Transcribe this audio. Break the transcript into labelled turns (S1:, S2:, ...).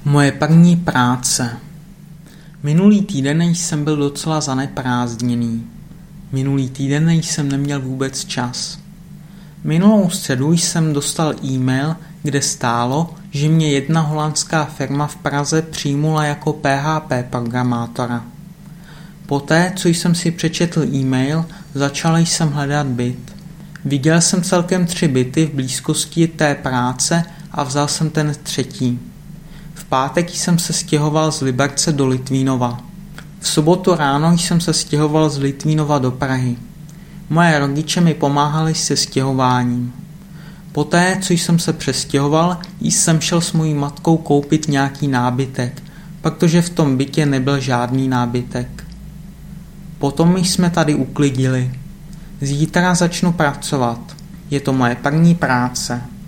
S1: Moje první práce. Minulý týden jsem byl docela zaneprázdněný. Minulý týden jsem neměl vůbec čas. Minulou středu jsem dostal e-mail, kde stálo, že mě jedna holandská firma v Praze přijmula jako PHP programátora. Poté, co jsem si přečetl e-mail, začal jsem hledat byt. Viděl jsem celkem 3 byty v blízkosti té práce a vzal jsem ten třetí. V pátek jsem se stěhoval z Liberce do Litvínova. V sobotu ráno jsem se stěhoval z Litvínova do Prahy. Moje rodiče mi pomáhali se stěhováním. Poté, co jsem se přestěhoval, jsem šel s mojí matkou koupit nějaký nábytek, protože v tom bytě nebyl žádný nábytek. Potom jsme tady uklidili. Zítra začnu pracovat. Je to moje první práce.